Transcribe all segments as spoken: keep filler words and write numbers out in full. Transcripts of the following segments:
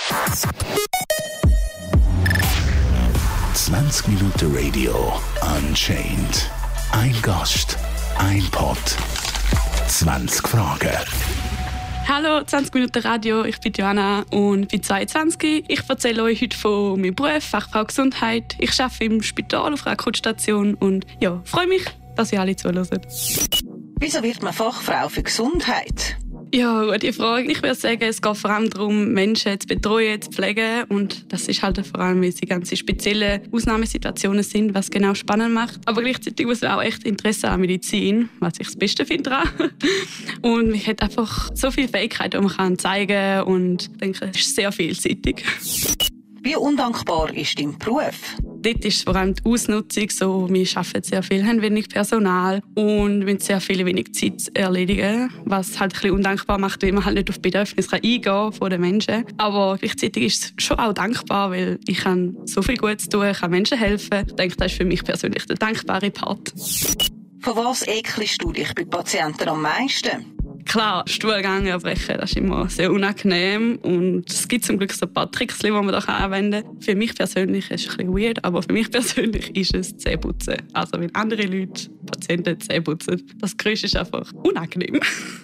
zwanzig Minuten Radio Unchained. Ein Gast, ein Pod, zwanzig Fragen. Hallo, zwanzig Minuten Radio, ich bin Joanna und bin zweiundzwanzig. Ich erzähle euch heute von meinem Beruf, Fachfrau Gesundheit. Ich arbeite im Spital auf einer Akutstation und ja, freue mich, dass ihr alle zuhören. Wieso wird man Fachfrau für Gesundheit? Ja, gute Frage. Ich würde sagen, es geht vor allem darum, Menschen zu betreuen, zu pflegen. Und das ist halt vor allem, weil sie ganz spezielle Ausnahmesituationen sind, was genau spannend macht. Aber gleichzeitig muss man auch echt Interesse an Medizin, was ich das Beste finde daran. Und man hat einfach so viele Fähigkeiten, die man kann zeigen kann. Und ich denke, es ist sehr vielseitig. Wie undankbar ist dein Beruf? Dort ist vor allem die Ausnutzung so, wir arbeiten sehr viel, haben wenig Personal und müssen sehr viel wenig Zeit erledigen, was halt ein bisschen undankbar macht, weil man halt nicht auf die Bedürfnisse eingehen kann von den Menschen. Aber gleichzeitig ist es schon auch dankbar, weil ich kann so viel Gutes tun, ich kann Menschen helfen. Ich denke, das ist für mich persönlich der dankbare Part. Von was ekelst du dich bei Patienten am meisten? Klar, Stuhlgang erbrechen, das ist immer sehr unangenehm und es gibt zum Glück so ein paar Tricks, die man da anwenden kann. Für mich persönlich ist es ein bisschen weird, aber für mich persönlich ist es Zähneputzen. Also wenn andere Leute Patienten Zähne putzen, das Geräusch ist einfach unangenehm.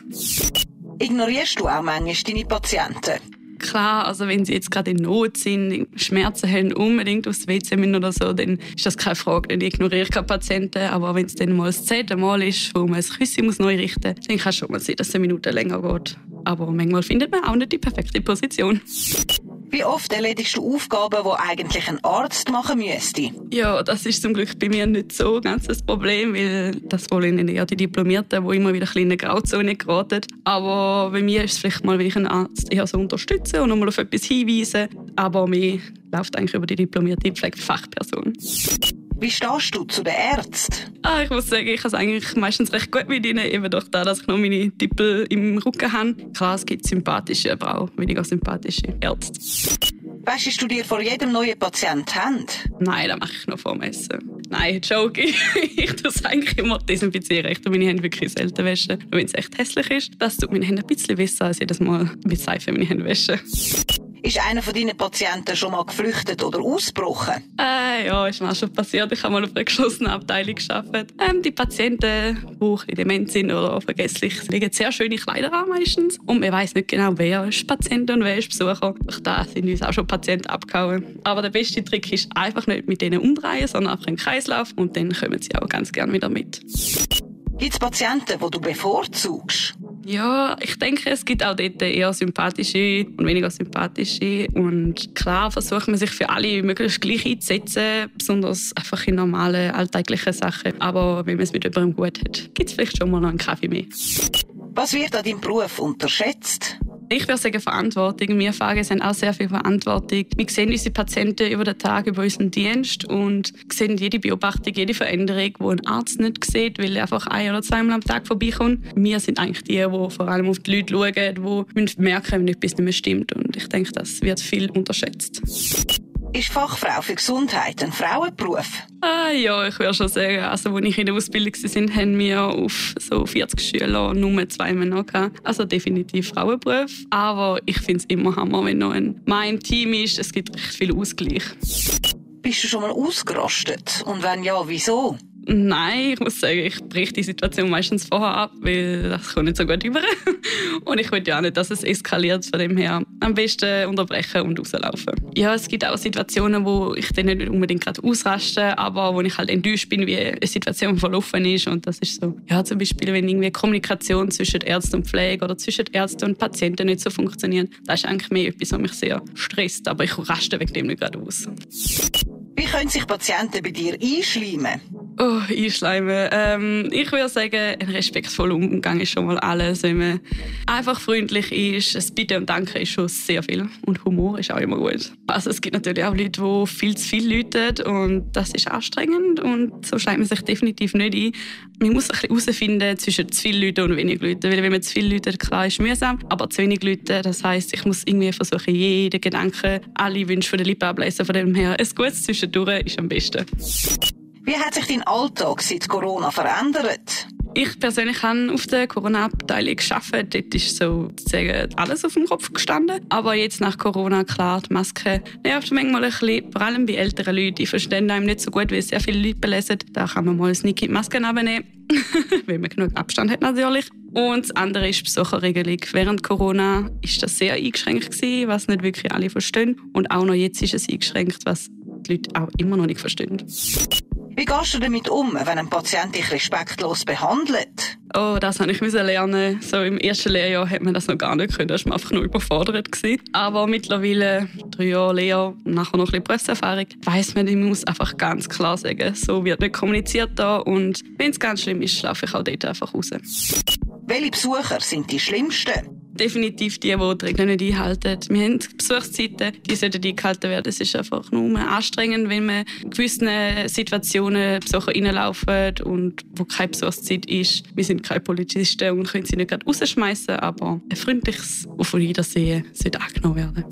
Ignorierst du auch manchmal deine Patienten? Klar, also wenn sie jetzt gerade in Not sind, Schmerzen haben, unbedingt aufs W C müssen oder so, dann ist das keine Frage, dann ignoriere ich keine Patienten. Aber wenn es dann mal das zehnte Mal ist, wo man das Küsschen muss neu richten muss, dann kann es schon mal sein, dass es eine Minute länger geht. Aber manchmal findet man auch nicht die perfekte Position. Wie oft erledigst du Aufgaben, die eigentlich ein Arzt machen müsste? Ja, das ist zum Glück bei mir nicht so ganz das Problem, weil das wollen eher die Diplomierten, die immer wieder in eine Grauzone geraten. Aber bei mir ist es vielleicht mal, wenn ich einen Arzt eher so unterstütze und nochmal auf etwas hinweise. Aber mir läuft eigentlich über die diplomierte Pflegefachperson. Wie stehst du zu den Ärzten? Ah, ich muss sagen, ich habe es eigentlich meistens recht gut mit ihnen, eben durch das, dass ich noch meine Tippel im Rücken habe. Klar, es gibt sympathische, aber auch weniger sympathische Ärzte. Wäschst du dir vor jedem neuen Patienten die Hände? Nein, das mache ich noch vor dem Essen. Nein, joke. Ich tue es eigentlich immer desinfizieren. Ich tue meine Hände wirklich selten waschen. Wenn es echt hässlich ist, das tut meine Hände ein bisschen besser, als jedes Mal mit Seife meine Hände waschen. Ist einer von deinen Patienten schon mal geflüchtet oder ausgebrochen? Äh, ja, ist mir auch schon passiert. Ich habe mal auf einer geschlossenen Abteilung gearbeitet. Ähm, die Patienten, die ein bisschen dement sind oder vergesslich, legen sehr schöne Kleider an meistens. Und man weiss nicht genau, wer ist Patient und wer ist Besucher. Durch das sind uns auch schon Patienten abgehauen. Aber der beste Trick ist einfach nicht mit denen umdrehen, sondern einfach einen Kreislauf und dann kommen sie auch ganz gerne wieder mit. Gibt es Patienten, die du bevorzugst? Ja, ich denke, es gibt auch dort eher sympathische und weniger sympathische. Und klar versucht man sich für alle möglichst gleich einzusetzen, besonders einfach in normalen, alltäglichen Sachen. Aber wenn man es mit jemandem gut hat, gibt es vielleicht schon mal noch einen Kaffee mehr. Was wird an deinem Beruf unterschätzt? Ich würde sagen Verantwortung. Wir Pfleger haben auch sehr viel Verantwortung. Wir sehen unsere Patienten über den Tag, über unseren Dienst und sehen jede Beobachtung, jede Veränderung, die ein Arzt nicht sieht, weil er einfach ein- oder zweimal am Tag vorbeikommt. Wir sind eigentlich die, die vor allem auf die Leute schauen, die merken, wenn etwas nicht mehr stimmt. Und ich denke, das wird viel unterschätzt. Ist Fachfrau für Gesundheit ein Frauenberuf? Ah, ja, ich würde schon sagen. Also, als ich in der Ausbildung war, haben wir auf so vierzig Schüler nur zwei Männer gehabt. Also definitiv Frauenberuf. Aber ich finde es immer Hammer, wenn noch ein Mann im Team ist. Es gibt recht viel Ausgleich. Bist du schon mal ausgerastet? Und wenn ja, wieso? Nein, ich muss sagen, ich breche die Situation meistens vorher ab, weil das kommt nicht so gut über. Und ich will ja auch nicht, dass es eskaliert. Von dem her am besten unterbrechen und rauslaufen. Ja, es gibt auch Situationen, wo ich dann nicht unbedingt gerade ausraste, aber wo ich halt enttäuscht bin, wie eine Situation verlaufen ist. Und das ist so, ja, zum Beispiel, wenn irgendwie Kommunikation zwischen Ärzten und Pflege oder zwischen Ärzten und Patienten nicht so funktioniert. Das ist eigentlich mehr etwas, was mich sehr stresst. Aber ich raste wegen dem nicht gerade aus. Wie können sich Patienten bei dir einschleimen? Oh, einschleimen. Ähm, ich würde sagen, ein respektvoller Umgang ist schon mal alles. Wenn man einfach freundlich ist, ein Bitte und Danke ist schon sehr viel. Und Humor ist auch immer gut. Also es gibt natürlich auch Leute, die viel zu viel läuten und das ist anstrengend und so schleimt man sich definitiv nicht ein. Man muss ein bisschen herausfinden zwischen zu vielen Leuten und wenig Leuten. Weil wenn man zu viele Leute, klar, ist mühsam, aber zu wenig Leute, das heisst, ich muss irgendwie versuchen, jeden Gedanken, alle Wünsche von der Lippe ablesen. Von dem her, ein gutes Zwischendurch ist am besten. Wie hat sich dein Alltag seit Corona verändert? Ich persönlich habe auf der Corona-Abteilung gearbeitet. Dort ist sozusagen alles auf dem Kopf gestanden. Aber jetzt nach Corona, klar, die Maske nervt manchmal ein bisschen. Vor allem bei älteren Leuten. Die verstehen einem nicht so gut, weil sehr viele Leute belesen. Da kann man mal sneaky die Maske abnehmen. Weil man genug Abstand hat natürlich. Und das andere ist die Besucherregelung. Während Corona war das sehr eingeschränkt gewesen, was nicht wirklich alle verstehen. Und auch noch jetzt ist es eingeschränkt, was die Leute auch immer noch nicht verstehen. Wie gehst du damit um, wenn ein Patient dich respektlos behandelt? Oh, das musste ich lernen. So im ersten Lehrjahr hat man das noch gar nicht können. Da war man einfach nur überfordert gewesen. Aber mittlerweile, drei Jahre Lehre und nachher noch ein bisschen Berufserfahrung, weiss man, ich muss einfach ganz klar sagen, so wird nicht kommuniziert da. Und wenn es ganz schlimm ist, laufe ich auch dort einfach raus. Welche Besucher sind die schlimmsten? Definitiv die, die die Regeln nicht einhalten. Wir haben Besuchszeiten, die sollten eingehalten werden. Es ist einfach nur anstrengend, wenn man in gewissen Situationen Besucher reinlaufen und wo keine Besuchszeit ist. Wir sind keine Polizisten und können sie nicht gerade rausschmeißen, aber ein freundliches Auf Wiedersehen sollte angenommen werden.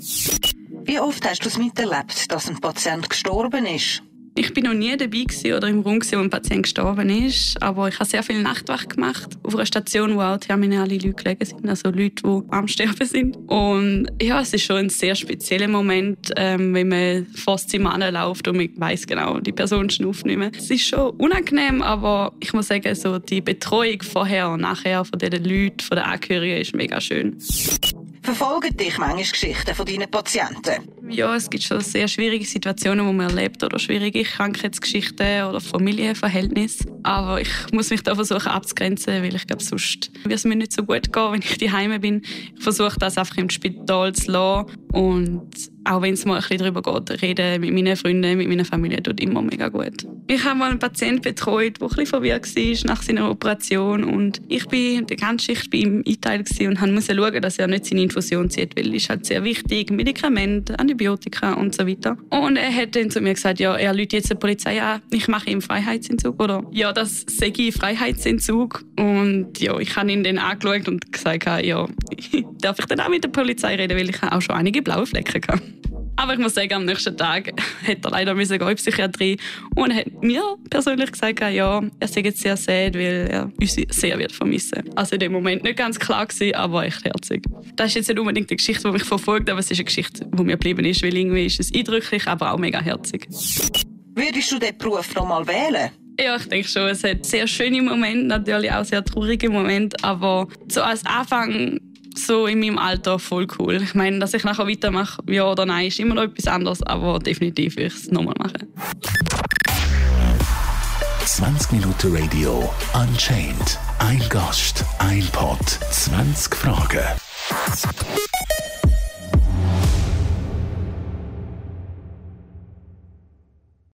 Wie oft hast du es miterlebt, dass ein Patient gestorben ist? Ich bin noch nie dabei gewesen oder im Raum, wo ein Patient gestorben ist. Aber ich habe sehr viel Nachtwache gemacht auf einer Station, wo auch terminale Leute gelegen sind, also Leute, die am Sterben sind. Und ja, es ist schon ein sehr spezieller Moment, ähm, wenn man vor das Zimmer anläuft und man weiss genau, die Person schnauft nicht mehr. Es ist schon unangenehm, aber ich muss sagen, so die Betreuung vorher und nachher von diesen Leuten, von den Angehörigen, ist mega schön. Verfolgen dich manchmal Geschichten von deinen Patienten? Ja, es gibt schon sehr schwierige Situationen, die man erlebt, oder schwierige Krankheitsgeschichten oder Familienverhältnisse. Aber ich muss mich da versuchen abzugrenzen, weil ich glaube, sonst wird es mir nicht so gut gehen, wenn ich daheim bin. Ich versuche das einfach im Spital zu lassen und auch wenn es mal ein bisschen darüber geht, reden mit meinen Freunden, mit meiner Familie, tut immer mega gut. Ich habe mal einen Patienten betreut, der ein bisschen verwirrt war nach seiner Operation. Und ich bin die ganze Schicht bei ihm eingeteilt und musste schauen, dass er nicht seine Infusion zieht, weil es ist halt sehr wichtig, Medikamente, Antibiotika und so weiter. Und er hat dann zu mir gesagt, ja, er ruft jetzt die Polizei an, ich mache ihm Freiheitsentzug, oder? Ja, das sage ich Freiheitsentzug. Und ja, ich habe ihn dann angeschaut und gesagt, ja, darf ich dann auch mit der Polizei reden, weil ich auch schon einige blaue Flecken hatte. Aber ich muss sagen, am nächsten Tag hat er leider in die Psychiatrie und hat mir persönlich gesagt, ja, er sei jetzt sehr sad, weil er uns sehr wird vermissen. Also in dem Moment nicht ganz klar gewesen, aber echt herzig. Das ist jetzt nicht unbedingt eine Geschichte, die mich verfolgt, aber es ist eine Geschichte, die mir geblieben ist, weil irgendwie ist es eindrücklich, aber auch mega herzig. Würdest du diesen Beruf noch mal wählen? Ja, ich denke schon. Es hat sehr schöne Momente, natürlich auch sehr traurige Momente, aber so als Anfang so in meinem Alter voll cool. Ich meine, dass ich nachher weitermache, ja oder nein, ist immer noch etwas anderes, aber definitiv will ich es nochmal machen. zwanzig Minuten Radio Unchained. Ein Gast, ein Pod, zwanzig Fragen.